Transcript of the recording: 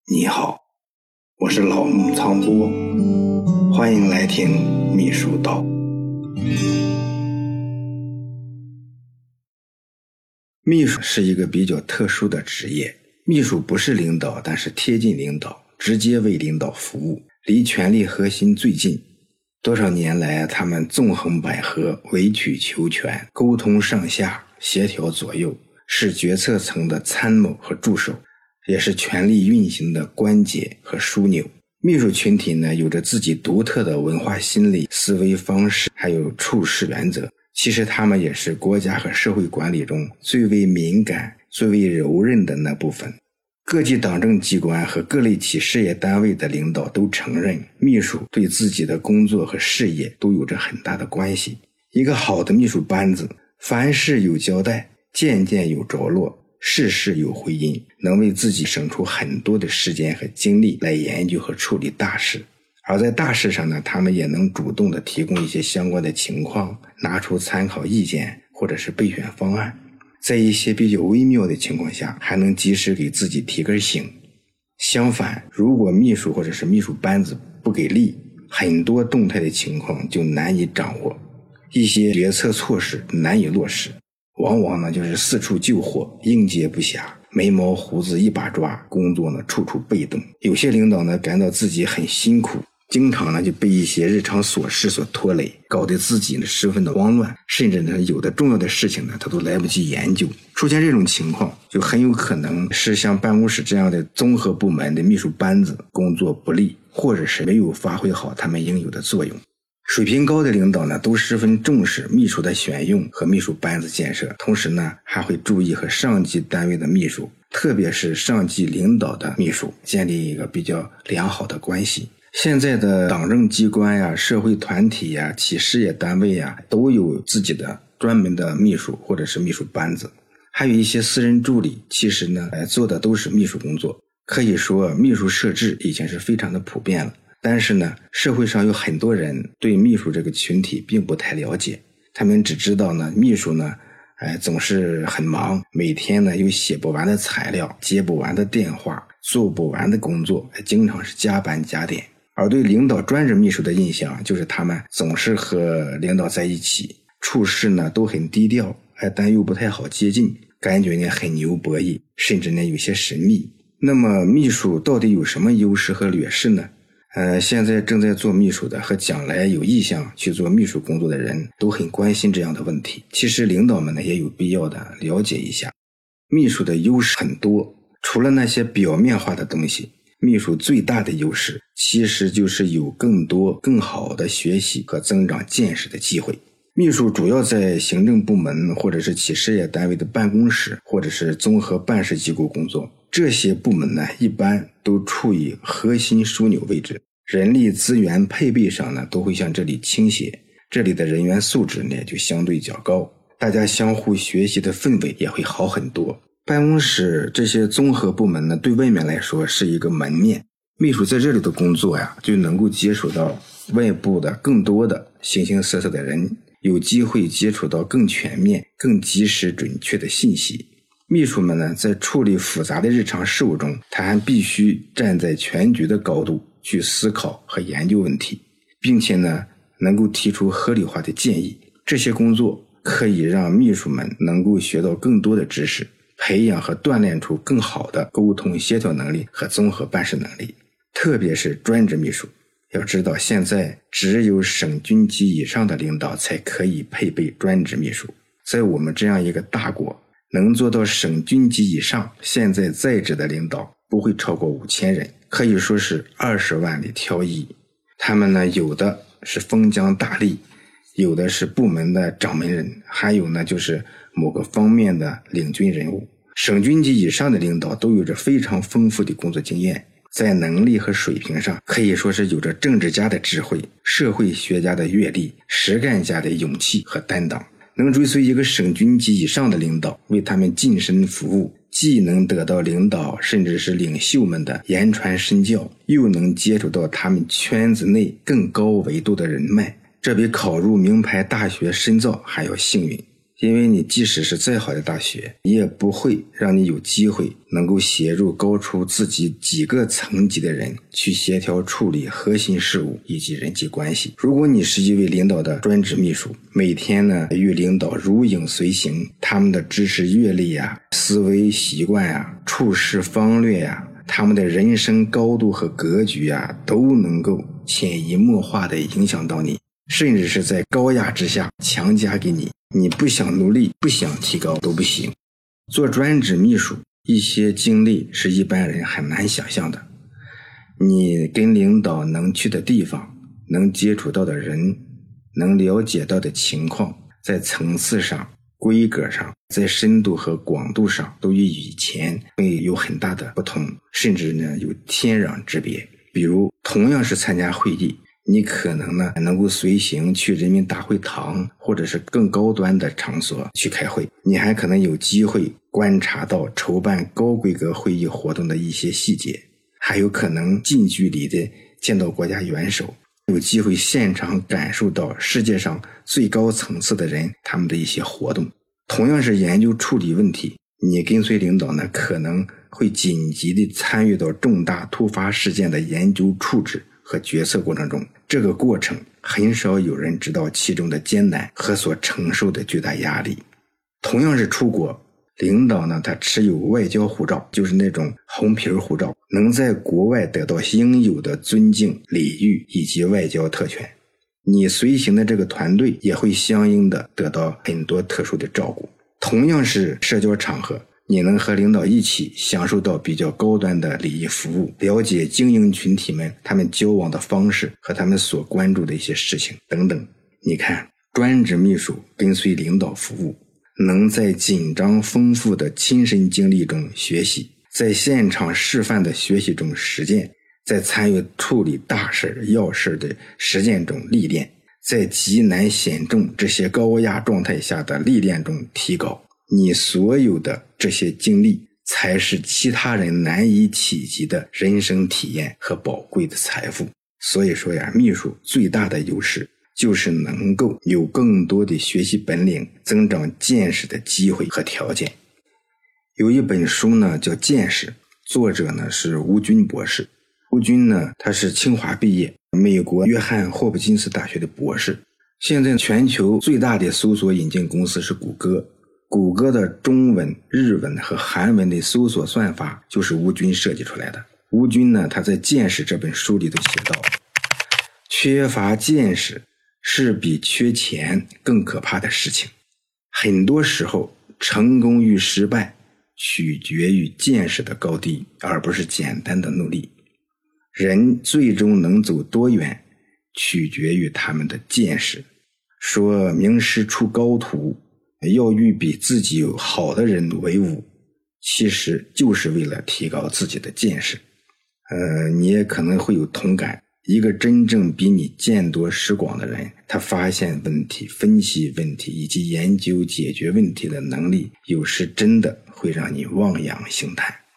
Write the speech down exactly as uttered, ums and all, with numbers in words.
你好，我是老木苍波，欢迎来听秘书道。秘书是一个比较特殊的职业，秘书不是领导，但是贴近领导，直接为领导服务，离权力核心最近。多少年来，他们纵横捭阖，委曲求全，沟通上下，协调左右，是决策层的参谋和助手，也是权力运行的关节和枢纽。秘书群体呢，有着自己独特的文化心理、思维方式，还有处事原则。其实他们也是国家和社会管理中最为敏感、最为柔韧的那部分。各级党政机关和各类企事业单位的领导都承认，秘书对自己的工作和事业都有着很大的关系。一个好的秘书班子，凡事有交代，件件有着落，事事有回音，能为自己省出很多的时间和精力来研究和处理大事。而在大事上呢，他们也能主动的提供一些相关的情况，拿出参考意见或者是备选方案。在一些比较微妙的情况下，还能及时给自己提根醒。相反，如果秘书或者是秘书班子不给力，很多动态的情况就难以掌握，一些决策措施难以落实，往往呢就是四处救火，应接不暇，眉毛胡子一把抓，工作呢处处被动。有些领导呢感到自己很辛苦，经常呢就被一些日常琐事所拖累，搞得自己呢十分的慌乱，甚至呢有的重要的事情呢他都来不及研究。出现这种情况，就很有可能是像办公室这样的综合部门的秘书班子工作不力，或者是没有发挥好他们应有的作用。水平高的领导呢都十分重视秘书的选用和秘书班子建设，同时呢还会注意和上级单位的秘书，特别是上级领导的秘书建立一个比较良好的关系。现在的党政机关呀、社会团体呀、企事业单位呀，都有自己的专门的秘书或者是秘书班子，还有一些私人助理，其实呢做的都是秘书工作。可以说秘书设置已经是非常的普遍了，但是呢社会上有很多人对秘书这个群体并不太了解，他们只知道呢秘书呢哎，总是很忙，每天呢有写不完的材料，接不完的电话，做不完的工作，经常是加班加点。而对领导专职秘书的印象就是他们总是和领导在一起，处事呢都很低调，但又不太好接近，感觉呢很牛博弈，甚至呢有些神秘。那么秘书到底有什么优势和劣势呢？呃，现在正在做秘书的和将来有意向去做秘书工作的人都很关心这样的问题。其实领导们呢也有必要的了解一下。秘书的优势很多，除了那些表面化的东西，秘书最大的优势其实就是有更多更好的学习和增长见识的机会。秘书主要在行政部门或者是企事业单位的办公室或者是综合办事机构工作，这些部门呢一般都处于核心枢纽位置，人力资源配备上呢都会向这里倾斜，这里的人员素质呢就相对较高，大家相互学习的氛围也会好很多。办公室这些综合部门呢对外面来说是一个门面，秘书在这里的工作呀就能够接触到外部的更多的形形色色的人，有机会接触到更全面更及时准确的信息。秘书们呢在处理复杂的日常事务中，他还必须站在全局的高度去思考和研究问题，并且呢能够提出合理化的建议。这些工作可以让秘书们能够学到更多的知识，培养和锻炼出更好的沟通协调能力和综合办事能力。特别是专职秘书，要知道现在只有省军级以上的领导才可以配备专职秘书，在我们这样一个大国，能做到省军级以上，现在在职的领导不会超过五千人，可以说是二十万里挑一。他们呢有的是封疆大吏，有的是部门的掌门人，还有呢就是某个方面的领军人物。省军级以上的领导都有着非常丰富的工作经验，在能力和水平上可以说是有着政治家的智慧，社会学家的阅历，实干家的勇气和担当。能追随一个省军级以上的领导为他们近身服务，既能得到领导甚至是领袖们的言传身教，又能接触到他们圈子内更高维度的人脉，这比考入名牌大学深造还要幸运。 因为你即使是再好的大学，也不会让你有机会能够协助高出自己几个层级的人去协调处理核心事务以及人际关系。如果你是一位领导的专职秘书，每天呢与领导如影随形，他们的知识阅历呀、思维习惯呀、处事方略呀、他们的人生高度和格局呀，都能够潜移默化地影响到你，甚至是在高压之下强加给你，你不想努力不想提高都不行。做专职秘书一些经历是一般人很难想象的，你跟领导能去的地方，能接触到的人，能了解到的情况，在层次上规格上，在深度和广度上都与以前会有很大的不同，甚至呢有天壤之别。比如同样是参加会议，你可能呢能够随行去人民大会堂或者是更高端的场所去开会，你还可能有机会观察到筹办高规格会议活动的一些细节，还有可能近距离的见到国家元首，有机会现场感受到世界上最高层次的人他们的一些活动。同样是研究处理问题，你跟随领导呢可能会紧急地参与到重大突发事件的研究处置和决策过程中，这个过程很少有人知道其中的艰难和所承受的巨大压力。同样是出国，领导呢他持有外交护照，就是那种红皮护照，能在国外得到应有的尊敬、礼遇以及外交特权。你随行的这个团队也会相应的得到很多特殊的照顾。同样是社交场合，你能和领导一起享受到比较高端的礼仪服务，了解精英群体们他们交往的方式和他们所关注的一些事情等等。你看，专职秘书跟随领导服务，能在紧张丰富的亲身经历中学习，在现场示范的学习中实践，在参与处理大事要事的实践中历练，在极难险重这些高压状态下的历练中提高。你所有的这些经历才是其他人难以企及的人生体验和宝贵的财富。所以说呀，秘书最大的优势就是能够有更多的学习本领、增长见识的机会和条件。有一本书呢叫《见识》，作者呢是吴军博士。吴军呢他是清华毕业，美国约翰霍普金斯大学的博士。现在全球最大的搜索引擎公司是谷歌，谷歌的中文、日文和韩文的搜索算法就是吴军设计出来的。吴军呢他在《见识》这本书里头写道，缺乏见识是比缺钱更可怕的事情。很多时候，成功与失败取决于见识的高低，而不是简单的努力。人最终能走多远，取决于他们的见识。说名师出高徒，要与比自己好的人为伍，其实就是为了提高自己的见识。呃，你也可能会有同感，一个真正比你见多识广的人，他发现问题、分析问题以及研究解决问题的能力，有时真的会让你望洋兴叹。